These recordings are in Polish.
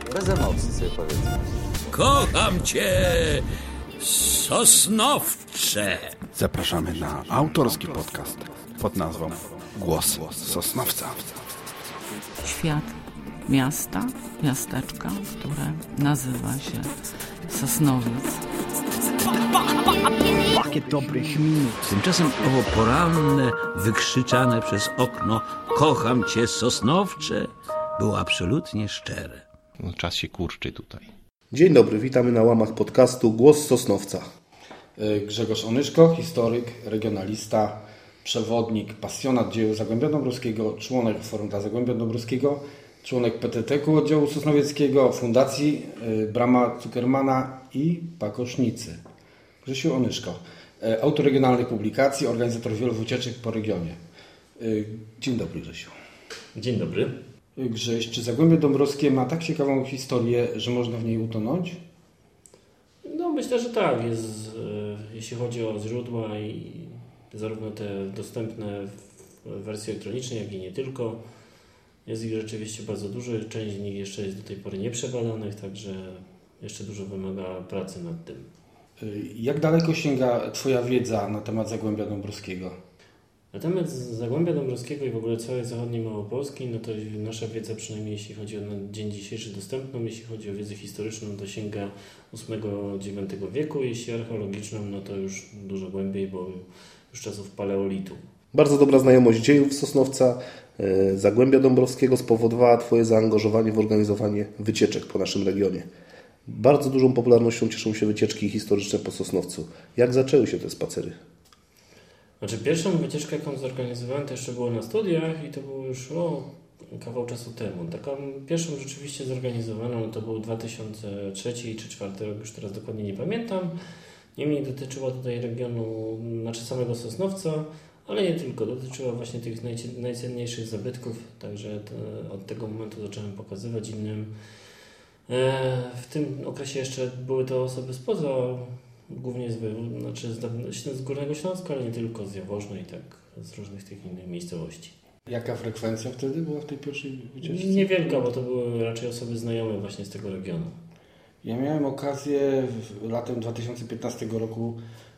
Bez emocji sobie powiedzmy. Kocham cię, Sosnowcze. Zapraszamy na autorski podcast pod nazwą Głos Sosnowca. Świat miasta, miasteczka, które nazywa się Sosnowiec. Pakiet dobrych minut. Tymczasem owo poranne, wykrzyczane przez okno kocham cię, Sosnowcze, było absolutnie szczere. No, czas się kurczy tutaj. Dzień dobry, witamy na łamach podcastu Głos Sosnowca. Grzegorz Onyszko, historyk, regionalista, przewodnik, pasjonat dzieł Zagłębia Dąbrowskiego, członek Forum dla Zagłębia Dąbrowskiego, członek PTT-ku oddziału sosnowieckiego, Fundacji Brama Zuckermana i Pakosznicy. Grzesiu Onyszko, autor regionalnych publikacji, organizator wielu wycieczek po regionie. Dzień dobry, Grzesiu. Dzień dobry. Grześ, czy Zagłębie Dąbrowskie ma tak ciekawą historię, że można w niej utonąć? No myślę, że tak. Jest, jeśli chodzi o źródła i zarówno te dostępne w wersji elektronicznej, jak i nie tylko. Jest ich rzeczywiście bardzo dużo. Część z nich jeszcze jest do tej pory nieprzebadanych, także jeszcze dużo wymaga pracy nad tym. Jak daleko sięga Twoja wiedza na temat Zagłębia Dąbrowskiego? Na temat Zagłębia Dąbrowskiego i w ogóle całej zachodniej Małopolski, no to nasza wiedza, przynajmniej jeśli chodzi o na dzień dzisiejszy dostępną, jeśli chodzi o wiedzę historyczną, to sięga VIII-IX wieku, jeśli archeologiczną, no to już dużo głębiej, bo już czasów paleolitu. Bardzo dobra znajomość dziejów Sosnowca, Zagłębia Dąbrowskiego spowodowała Twoje zaangażowanie w organizowanie wycieczek po naszym regionie. Bardzo dużą popularnością cieszą się wycieczki historyczne po Sosnowcu. Jak zaczęły się te spacery? Znaczy pierwszą wycieczkę, jaką zorganizowałem, to jeszcze było na studiach i to było już kawał czasu temu. Taką pierwszą rzeczywiście zorganizowaną to był 2003 czy 2004 rok, już teraz dokładnie nie pamiętam. Niemniej dotyczyła tutaj regionu, znaczy samego Sosnowca, ale nie tylko. Dotyczyła właśnie tych najcenniejszych zabytków, także od tego momentu zacząłem pokazywać innym. W tym okresie jeszcze były to osoby spoza, głównie z Górnego Śląska, ale nie tylko, z Jaworzna i tak z różnych tych innych miejscowości. Jaka frekwencja wtedy była w tej pierwszej wycieczce? Niewielka, bo to były raczej osoby znajome właśnie z tego regionu. Ja miałem okazję latem 2015 roku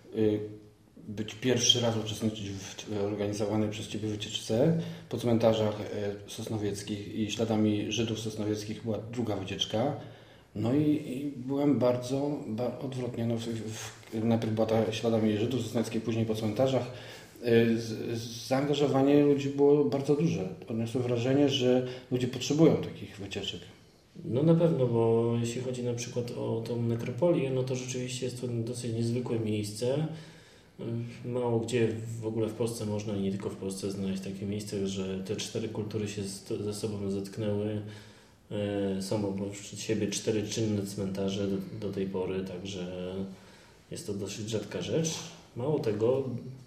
być pierwszy raz uczestniczyć w organizowanej przez Ciebie wycieczce po cmentarzach sosnowieckich i śladami Żydów sosnowieckich była druga wycieczka. No i byłem bardzo odwrotnie. Najpierw była ta śladami Żydów sosnowieckich, później po cmentarzach. Zaangażowanie ludzi było bardzo duże. Odniosłem wrażenie, że ludzie potrzebują takich wycieczek. No na pewno, bo jeśli chodzi na przykład o tą nekropolię, no to rzeczywiście jest to dosyć niezwykłe miejsce. Mało gdzie w ogóle w Polsce można i nie tylko w Polsce znaleźć takie miejsce, że te cztery kultury się ze sobą zetknęły. Są obok siebie 4 czynne cmentarze do tej pory, także jest to dosyć rzadka rzecz. Mało tego,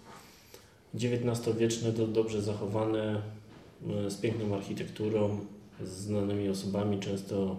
XIX-wieczne, dobrze zachowane, z piękną architekturą, z znanymi osobami, często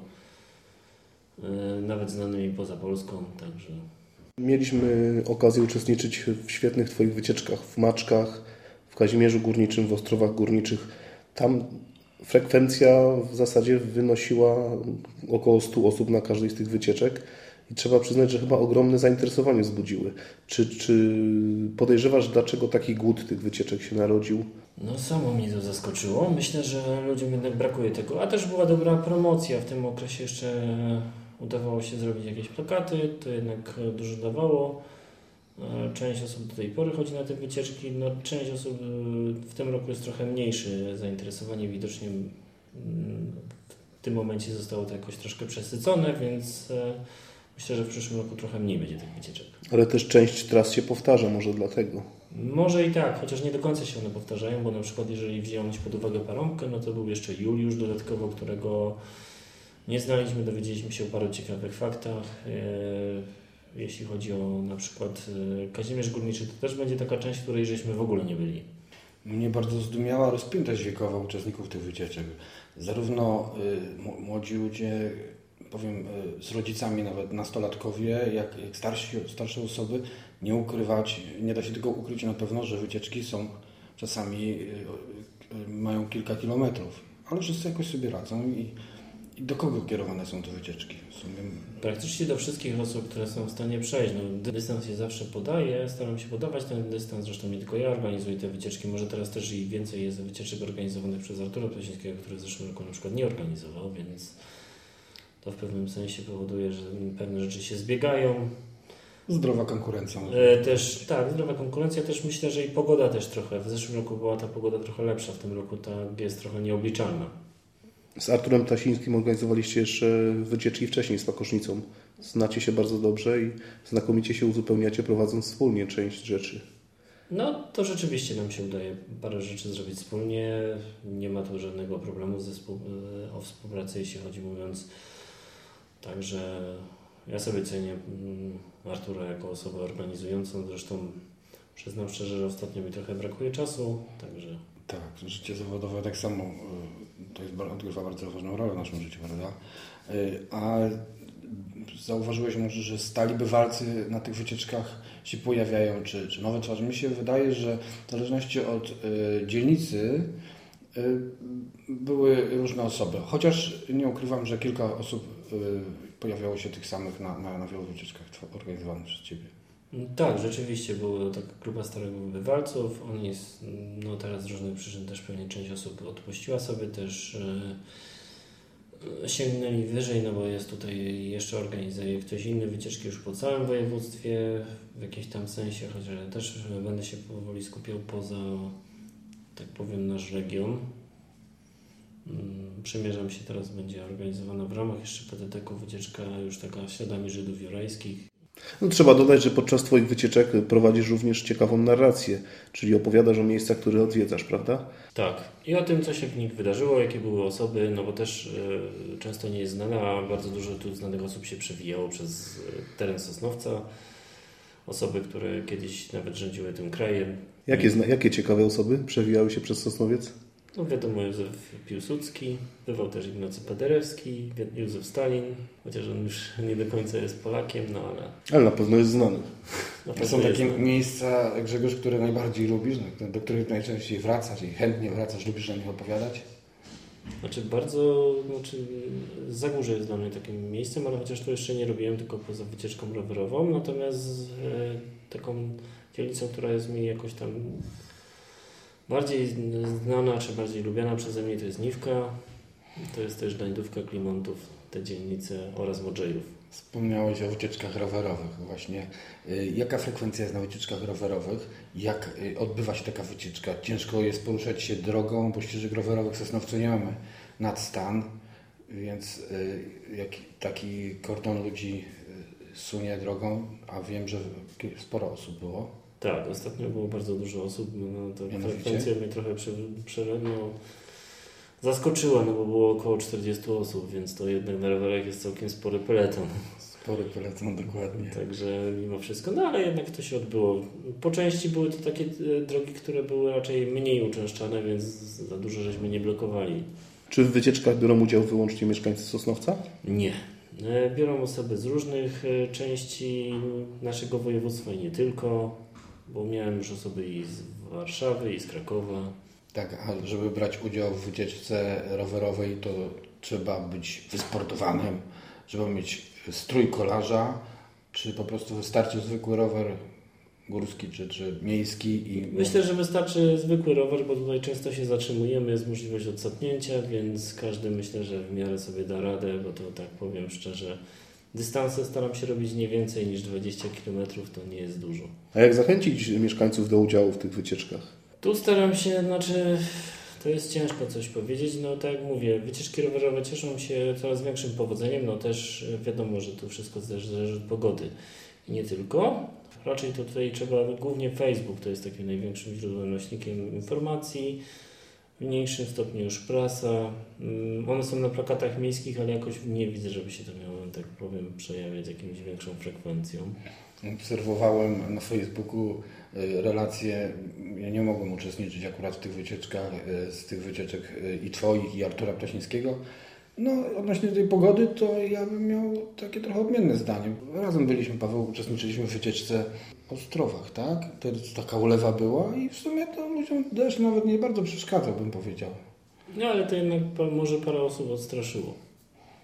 nawet znanymi poza Polską, także... Mieliśmy okazję uczestniczyć w świetnych Twoich wycieczkach w Maczkach, w Kazimierzu Górniczym, w Ostrowach Górniczych. Tam frekwencja w zasadzie wynosiła około 100 osób na każdej z tych wycieczek i trzeba przyznać, że chyba ogromne zainteresowanie wzbudziły. Czy podejrzewasz, dlaczego taki głód tych wycieczek się narodził? No samo mnie to zaskoczyło. Myślę, że ludziom jednak brakuje tego, a też była dobra promocja. W tym okresie jeszcze udawało się zrobić jakieś plakaty, to jednak dużo dawało. Część osób do tej pory chodzi na te wycieczki, no część osób w tym roku jest trochę mniejsze zainteresowanie, widocznie w tym momencie zostało to jakoś troszkę przesycone, więc myślę, że w przyszłym roku trochę mniej będzie tych wycieczek. Ale też część tras się powtarza, może dlatego. Może i tak, chociaż nie do końca się one powtarzają, bo na przykład jeżeli wziąć pod uwagę Parąbkę, no to był jeszcze Juliusz dodatkowo, którego nie znaliśmy, dowiedzieliśmy się o paru ciekawych faktach. Jeśli chodzi o na przykład Kazimierz Górniczy, to też będzie taka część, w której żeśmy w ogóle nie byli. Mnie bardzo zdumiała rozpiętość wiekowa uczestników tych wycieczek. Zarówno młodzi ludzie, powiem z rodzicami, nawet nastolatkowie, jak starsze osoby, nie da się tego ukryć na pewno, że wycieczki są czasami mają kilka kilometrów, ale wszyscy jakoś sobie radzą I do kogo kierowane są te wycieczki? W sumie... Praktycznie do wszystkich osób, które są w stanie przejść. No, dystans się zawsze podaje, staram się podawać ten dystans, zresztą nie tylko ja organizuję te wycieczki, może teraz też i więcej jest wycieczek organizowanych przez Artura Ptasińskiego, który w zeszłym roku na przykład nie organizował, więc to w pewnym sensie powoduje, że pewne rzeczy się zbiegają. Zdrowa konkurencja. Też, tak, zdrowa konkurencja, też myślę, że i pogoda też trochę. W zeszłym roku była ta pogoda trochę lepsza, w tym roku ta jest trochę nieobliczalna. Z Arturem Ptasińskim organizowaliście jeszcze wycieczki wcześniej z Pakosznicą. Znacie się bardzo dobrze i znakomicie się uzupełniacie, prowadząc wspólnie część rzeczy. No, to rzeczywiście nam się udaje parę rzeczy zrobić wspólnie. Nie ma tu żadnego problemu o współpracy, jeśli chodzi mówiąc. Także ja sobie cenię Artura jako osobę organizującą. Zresztą przyznam szczerze, że ostatnio mi trochę brakuje czasu, także... Tak, życie zawodowe tak samo to odgrywa bardzo ważną rolę w naszym życiu, prawda? A zauważyłeś może, że stali bywalcy na tych wycieczkach się pojawiają, czy nowe twarze? Mi się wydaje, że w zależności od dzielnicy były różne osoby. Chociaż nie ukrywam, że kilka osób pojawiało się tych samych na wielu wycieczkach organizowanych przez Ciebie. Tak, rzeczywiście była taka grupa starych bywalców. Oni no teraz z różnych przyczyn też pewnie część osób odpuściła sobie, też sięgnęli wyżej, no bo jest tutaj jeszcze organizuje ktoś inny wycieczki już po całym województwie w jakimś tam sensie, chociaż ja też będę się powoli skupiał poza, tak powiem, nasz region. Przymierzam się, teraz będzie organizowana w ramach jeszcze PTT-ku wycieczka już taka śladami Żydów jurajskich. No, trzeba dodać, że podczas Twoich wycieczek prowadzisz również ciekawą narrację, czyli opowiadasz o miejscach, które odwiedzasz, prawda? Tak. I o tym, co się w nich wydarzyło, jakie były osoby, no bo też często nie jest znane, a bardzo dużo tu znanych osób się przewijało przez teren Sosnowca. Osoby, które kiedyś nawet rządziły tym krajem. Jakie ciekawe osoby przewijały się przez Sosnowiec? No wiadomo, Józef Piłsudski, bywał też Ignacy Paderewski, Józef Stalin, chociaż on już nie do końca jest Polakiem, no ale... Ale na pewno jest znany. Są takie miejsca, Grzegorz, które najbardziej lubisz, do których najczęściej wracasz i chętnie wracasz, lubisz o nich opowiadać? Zagórze jest dla mnie takim miejscem, ale chociaż to jeszcze nie robiłem, tylko poza wycieczką rowerową, natomiast taką dzielnicą, która jest mi jakoś tam bardziej znana, czy bardziej lubiana przeze mnie, to jest Niwka, to jest też Dańdówka, Klimontów, te dzielnice oraz Modrzejów. Wspomniałeś o wycieczkach rowerowych właśnie. Jaka frekwencja jest na wycieczkach rowerowych? Jak odbywa się taka wycieczka? Ciężko jest poruszać się drogą, bo ścieżek rowerowych w Sosnowcu nie mamy nad stan, więc taki kordon ludzi sunie drogą, a wiem, że sporo osób było. Tak, ostatnio było bardzo dużo osób, no to frekwencja mnie trochę zaskoczyła, no bo było około 40 osób, więc to jednak na rowerach jest całkiem spory peleton. Spory peleton, dokładnie. Także mimo wszystko, no ale jednak to się odbyło. Po części były to takie drogi, które były raczej mniej uczęszczane, więc za dużo żeśmy nie blokowali. Czy w wycieczkach biorą udział wyłącznie mieszkańcy Sosnowca? Nie. Biorą osoby z różnych części naszego województwa i nie tylko, bo miałem już osoby i z Warszawy, i z Krakowa. Tak, a żeby brać udział w wycieczce rowerowej, to trzeba być wysportowanym, trzeba mieć strój kolarza, czy po prostu wystarczy zwykły rower górski czy miejski? Myślę, że wystarczy zwykły rower, bo tutaj często się zatrzymujemy, jest możliwość odsapnięcia, więc każdy myślę, że w miarę sobie da radę, bo to tak powiem szczerze, dystanse staram się robić nie więcej niż 20 km, to nie jest dużo. A jak zachęcić mieszkańców do udziału w tych wycieczkach? Tu staram się, to jest ciężko coś powiedzieć, no tak jak mówię, wycieczki rowerowe cieszą się coraz większym powodzeniem, no też wiadomo, że to wszystko zależy od pogody i nie tylko. Raczej to tutaj trzeba, głównie Facebook to jest takim największym źródłem, nośnikiem informacji, w mniejszym stopniu już prasa. One są na plakatach miejskich, ale jakoś nie widzę, żeby się to miało, tak powiem, przejawiać jakimś większą frekwencją. Obserwowałem na Facebooku relacje, ja nie mogłem uczestniczyć akurat w tych wycieczkach, z tych wycieczek i Twoich, i Artura Ptasińskiego. No, odnośnie tej pogody, to ja bym miał takie trochę odmienne zdanie. Razem byliśmy, Paweł, uczestniczyliśmy w wycieczce w Ostrowach, tak? Wtedy taka ulewa była i w sumie to ludziom deszcz nawet nie bardzo przeszkadzał, bym powiedział. No, ale to jednak może parę osób odstraszyło.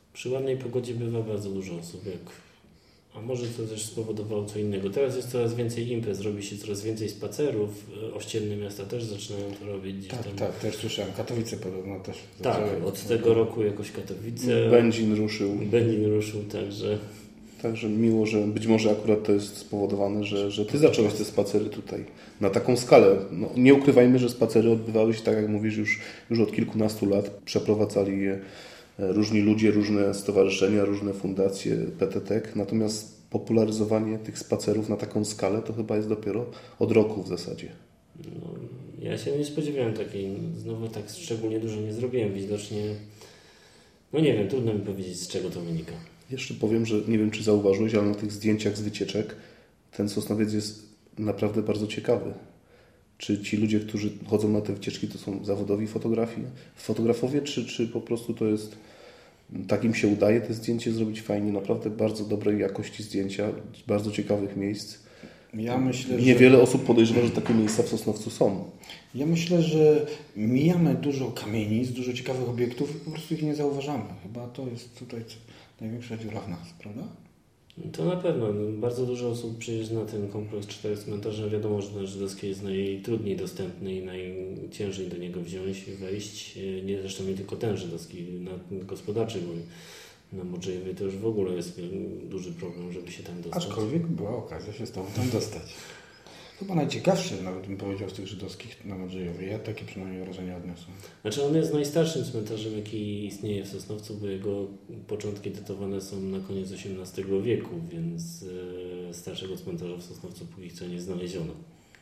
Przy ładnej pogodzie bywa bardzo dużo osób, a może to też spowodowało co innego. Teraz jest coraz więcej imprez, robi się coraz więcej spacerów. Ościenne miasta też zaczynają to robić gdzieś tam. Tak, też słyszałem. Katowice podobno też. Tak, od tego roku jakoś Katowice. Będzin ruszył, także... Także miło, że być może akurat to jest spowodowane, że Ty zacząłeś te spacery tutaj na taką skalę. No, nie ukrywajmy, że spacery odbywały się, tak jak mówisz, już od kilkunastu lat. Przeprowadzali je różni ludzie, różne stowarzyszenia, różne fundacje, PTTek. Natomiast popularyzowanie tych spacerów na taką skalę to chyba jest dopiero od roku w zasadzie. No, ja się nie spodziewałem takiej, znowu tak szczególnie dużo nie zrobiłem, widocznie, no nie wiem, trudno mi powiedzieć, z czego to wynika. Jeszcze powiem, że nie wiem, czy zauważyłeś, ale na tych zdjęciach z wycieczek ten Sosnowiec jest naprawdę bardzo ciekawy. Czy ci ludzie, którzy chodzą na te wycieczki, to są zawodowi fotografowie, czy po prostu to jest, tak im się udaje te zdjęcie zrobić fajnie, naprawdę bardzo dobrej jakości zdjęcia, bardzo ciekawych miejsc. Ja myślę, Niewiele osób podejrzewa, że takie miejsca w Sosnowcu są. Ja myślę, że mijamy dużo kamienic, dużo ciekawych obiektów i po prostu ich nie zauważamy. Chyba to jest tutaj największa dziura w nas, prawda? To na pewno. Bardzo dużo osób przyjeżdża na ten kompleks 4 cmentarzy. Wiadomo, że ten żydowski jest najtrudniej dostępny i najciężej do niego wziąć i wejść. Zresztą nie tylko ten żydowski, gospodarczy, bo na Modrzejewie to już w ogóle jest duży problem, żeby się tam dostać. Aczkolwiek była okazja się stało tam dostać. Chyba najciekawszy, nawet bym powiedział, z tych żydowskich na Modrzejowie. Ja takie przynajmniej wrażenie odniosłem. Znaczy on jest najstarszym cmentarzem, jaki istnieje w Sosnowcu, bo jego początki datowane są na koniec XVIII wieku, więc starszego cmentarza w Sosnowcu póki co nie znaleziono.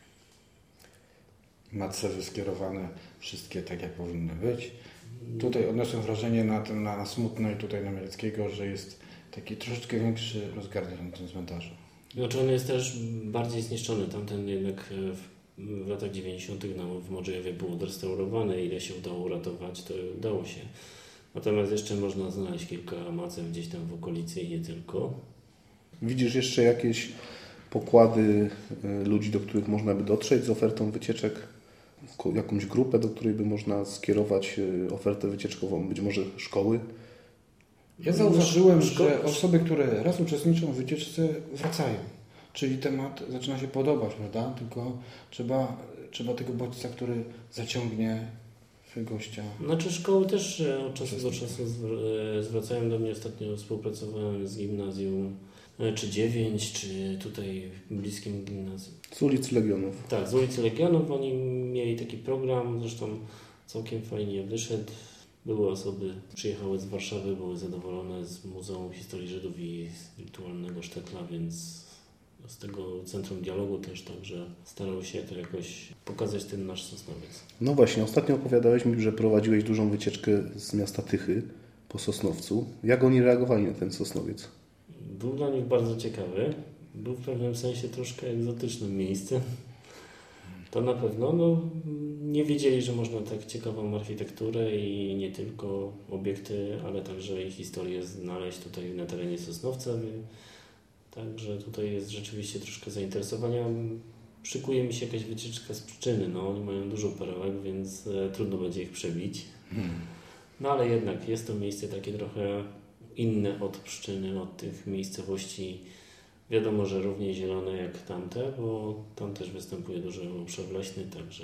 Matce skierowane wszystkie tak, jak powinny być. Tutaj odniosłem wrażenie na Smutnej, tutaj na Mieleckiego, że jest taki troszeczkę większy rozgardiasz na tym cmentarzu. Znaczy on jest też bardziej zniszczony. Tamten jednak w latach 90. w Modrzejewie był odrestaurowany. Ile się udało uratować, to udało się. Natomiast jeszcze można znaleźć kilka macew gdzieś tam w okolicy i nie tylko. Widzisz jeszcze jakieś pokłady ludzi, do których można by dotrzeć z ofertą wycieczek? Jakąś grupę, do której by można skierować ofertę wycieczkową? Być może szkoły? Ja zauważyłem, że osoby, które raz uczestniczą w wycieczce, wracają. Czyli temat zaczyna się podobać, prawda? Tylko trzeba tego bodźca, który zaciągnie gościa. Znaczy szkoły też od czasu do czasu zwracają do mnie. Ostatnio współpracowałem z gimnazjum czy 9, czy tutaj bliskim gimnazjum. Z ulicy Legionów. Tak, z ulicy Legionów. Oni mieli taki program, zresztą całkiem fajnie wyszedł. Były osoby, przyjechały z Warszawy, były zadowolone z Muzeum Historii Żydów i z wirtualnego Sztekla, więc z tego Centrum Dialogu też, także starał się to jakoś pokazać ten nasz Sosnowiec. No właśnie, ostatnio opowiadałeś mi, że prowadziłeś dużą wycieczkę z miasta Tychy po Sosnowcu. Jak oni reagowali na ten Sosnowiec? Był dla nich bardzo ciekawy. Był w pewnym sensie troszkę egzotycznym miejscem. To na pewno. No, nie wiedzieli, że można tak ciekawą architekturę i nie tylko obiekty, ale także i historię znaleźć tutaj na terenie Sosnowca. Także tutaj jest rzeczywiście troszkę zainteresowania. Szykuje mi się jakaś wycieczka z Pszczyny. No, oni mają dużo perełek, więc trudno będzie ich przebić. No ale jednak jest to miejsce takie trochę inne od Pszczyny, od tych miejscowości. Wiadomo, że równie zielone jak tamte, bo tam też występuje duży obszar leśny, także...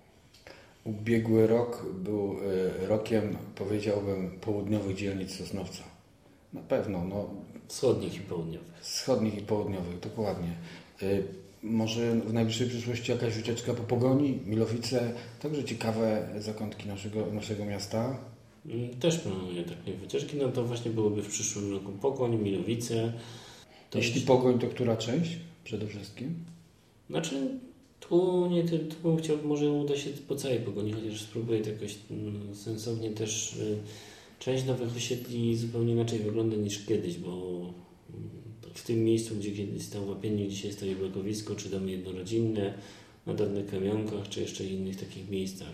Ubiegły rok był rokiem, powiedziałbym, południowych dzielnic Sosnowca. Na pewno, no... Wschodnich i południowych. Wschodnich i południowych, dokładnie. Może w najbliższej przyszłości jakaś wycieczka po Pogoni, Milowice, także ciekawe zakątki naszego miasta. Też planuję takie wycieczki, no to właśnie byłoby w przyszłym roku Pogoń, Milowice. Jeśli Pogoń, to która część przede wszystkim? Znaczy, tu bym chciał, może uda się po całej Pogoni, chociaż spróbuję to jakoś sensownie też. Część nowych osiedli zupełnie inaczej wygląda niż kiedyś, bo w tym miejscu, gdzie kiedyś stał Łapiennik, dzisiaj stoi blokowisko, czy domy jednorodzinne, na dawnych kamionkach, czy jeszcze innych takich miejscach.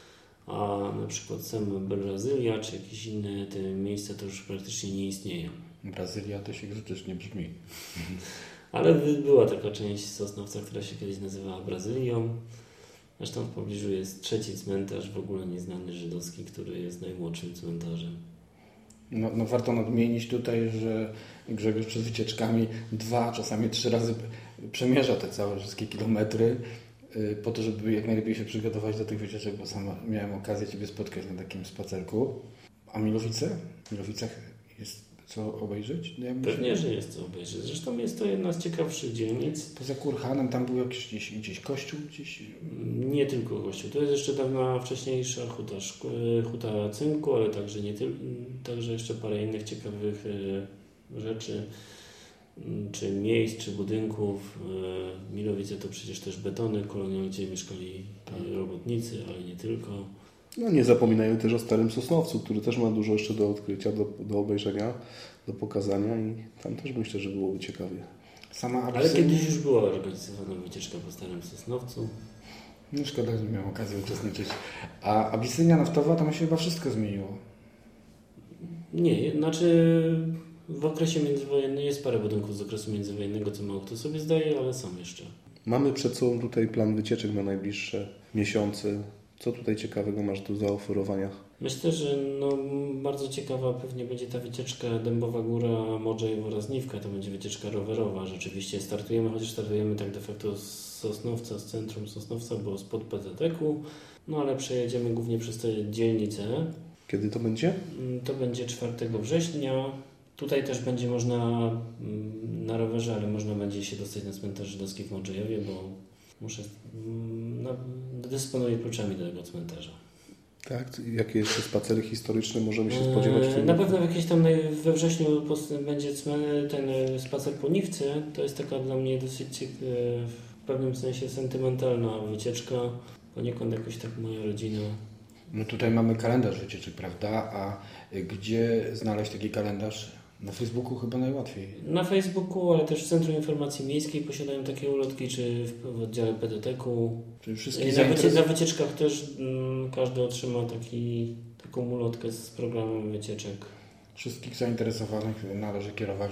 A na przykład sam Brazylia, czy jakieś inne te miejsca to już praktycznie nie istnieją. Brazylia też egzotycznie brzmi. Ale była taka część Sosnowca, która się kiedyś nazywała Brazylią. Zresztą w pobliżu jest trzeci cmentarz, w ogóle nieznany żydowski, który jest najmłodszym cmentarzem. No warto nadmienić tutaj, że Grzegorz przed wycieczkami 2, czasami 3 razy przemierza te całe wszystkie kilometry po to, żeby jak najlepiej się przygotować do tych wycieczek, bo sam miałem okazję Ciebie spotkać na takim spacerku. A Milowice? W Milowicach jest co obejrzeć? Ja Pewnie, że jest co obejrzeć. Zresztą jest to jedna z ciekawszych dzielnic. Poza Kurhanem tam był jakiś gdzieś kościół? Nie tylko kościół. To jest jeszcze dawna wcześniejsza huta cynku, ale także jeszcze parę innych ciekawych rzeczy, czy miejsc, czy budynków. Milowice to przecież też betony kolonialne, gdzie mieszkali robotnicy, ale nie tylko. No nie zapominają też o Starym Sosnowcu, który też ma dużo jeszcze do odkrycia, do obejrzenia, do pokazania i tam też myślę, że byłoby ciekawie. Ale kiedyś już była organizowana wycieczka po Starym Sosnowcu. No szkoda, że nie miałem okazji uczestniczyć. A Abisynia naftowa, tam się chyba wszystko zmieniło. Nie, znaczy w okresie międzywojennym jest parę budynków z okresu międzywojennego, co mało kto sobie zdaje, ale są jeszcze. Mamy przed sobą tutaj plan wycieczek na najbliższe miesiące. Co tutaj ciekawego masz do zaoferowania? Myślę, że bardzo ciekawa pewnie będzie ta wycieczka Dębowa Góra, Modrzej oraz Niwka. To będzie wycieczka rowerowa. Rzeczywiście chociaż startujemy tak de facto z Sosnowca, z centrum Sosnowca, bo spod PZT-ku. Ale przejedziemy głównie przez te dzielnice. Kiedy to będzie? To będzie 4 września. Tutaj też będzie można na rowerze, ale można będzie się dostać na cmentarz żydowski w Modrzejowie, bo dysponuję kluczami do tego cmentarza. Tak? Jakie jeszcze spacery historyczne możemy się spodziewać? Na pewno jakieś tam we wrześniu będzie ten spacer po Niwce. To jest taka dla mnie dosyć w pewnym sensie sentymentalna wycieczka. Poniekąd jakoś tak moja rodzina. No tutaj mamy kalendarz wycieczek, prawda? A gdzie znaleźć taki kalendarz? Na Facebooku chyba najłatwiej. Na Facebooku, ale też w Centrum Informacji Miejskiej posiadają takie ulotki, czy w oddziale PDT-ku. Czyli wszystkich na wycieczkach też każdy otrzyma taką ulotkę z programem wycieczek. Wszystkich zainteresowanych należy kierować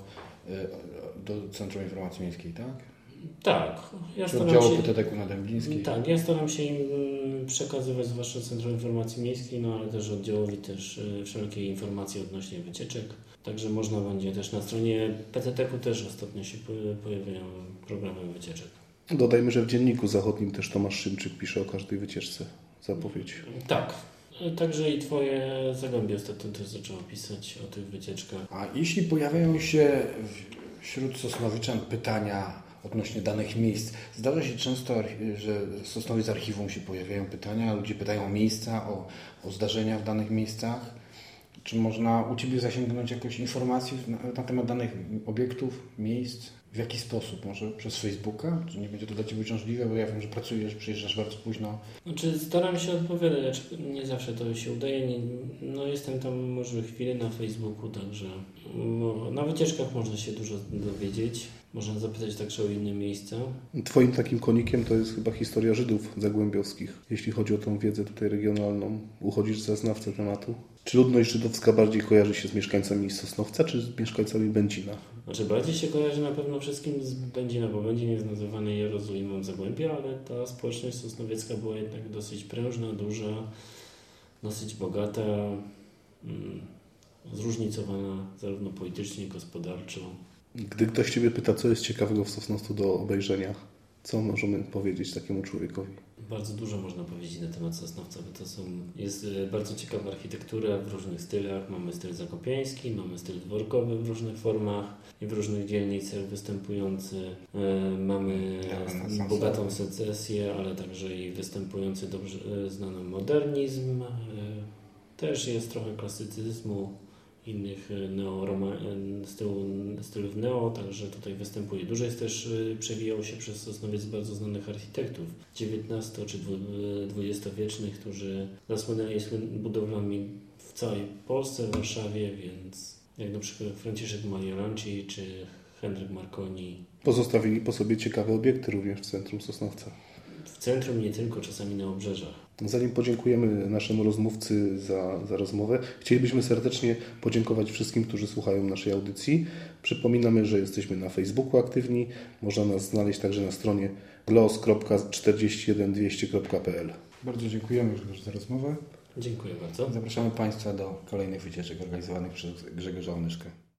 do Centrum Informacji Miejskiej, tak? Tak. Czy oddziału PDT-ku na Dęblińskiej? Tak, ja staram się im przekazywać, zwłaszcza Centrum Informacji Miejskiej, ale też oddziałowi wszelkie informacje odnośnie wycieczek. Także można będzie też na stronie PTT-ku też ostatnio się pojawiają programy wycieczek. Dodajmy, że w Dzienniku Zachodnim też Tomasz Szymczyk pisze o każdej wycieczce. Zapowiedź. Tak. Także i Twoje Zagłębie ostatnio też zaczęło pisać o tych wycieczkach. A jeśli pojawiają się wśród Sosnowiczan pytania odnośnie danych miejsc, zdarza się często, że w Sosnowiec Archiwum się pojawiają pytania, ludzie pytają o miejsca, o zdarzenia w danych miejscach. Czy można u Ciebie zasięgnąć jakoś informacji na temat danych obiektów, miejsc? W jaki sposób? Może przez Facebooka? Czy nie będzie to dla Ciebie uciążliwe? Bo ja wiem, że pracujesz, przyjeżdżasz bardzo późno. Staram się odpowiadać, nie zawsze to się udaje. Jestem tam może chwilę na Facebooku, także na wycieczkach można się dużo dowiedzieć. Można zapytać także o inne miejsca. Twoim takim konikiem to jest chyba historia Żydów zagłębiowskich. Jeśli chodzi o tą wiedzę tutaj regionalną, uchodzisz za znawcę tematu? Czy ludność żydowska bardziej kojarzy się z mieszkańcami Sosnowca, czy z mieszkańcami Będzina? Bardziej się kojarzy na pewno wszystkim z Będzina, bo Będzin jest nazywany Jerozolimą Zagłębia, ale ta społeczność sosnowiecka była jednak dosyć prężna, duża, dosyć bogata, zróżnicowana zarówno politycznie, gospodarczo. Gdy ktoś Ciebie pyta, co jest ciekawego w Sosnowcu do obejrzenia, co możemy powiedzieć takiemu człowiekowi? Bardzo dużo można powiedzieć na temat Sosnowca, bo jest bardzo ciekawa architektura w różnych stylach. Mamy styl zakopiański, mamy styl dworkowy w różnych formach i w różnych dzielnicach występujący. Mamy bogatą secesję, ale także i występujący dobrze znany modernizm. Też jest trochę klasycyzmu, innych stylów neo, także tutaj występuje. Dużo jest też, przewijało się przez Sosnowiec bardzo znanych architektów XIX czy XX-wiecznych, którzy zasłynęli budowlami w całej Polsce, w Warszawie, więc jak na przykład Franciszek Majorlanci czy Henryk Marconi. Pozostawili po sobie ciekawe obiekty również w centrum Sosnowca. W centrum nie tylko, czasami na obrzeżach. Zanim podziękujemy naszemu rozmówcy za rozmowę, chcielibyśmy serdecznie podziękować wszystkim, którzy słuchają naszej audycji. Przypominamy, że jesteśmy na Facebooku aktywni. Można nas znaleźć także na stronie glos.41200.pl. Bardzo dziękujemy już za rozmowę. Dziękuję bardzo. Zapraszamy Państwa do kolejnych wycieczek organizowanych przez Grzegorza Onyszkę.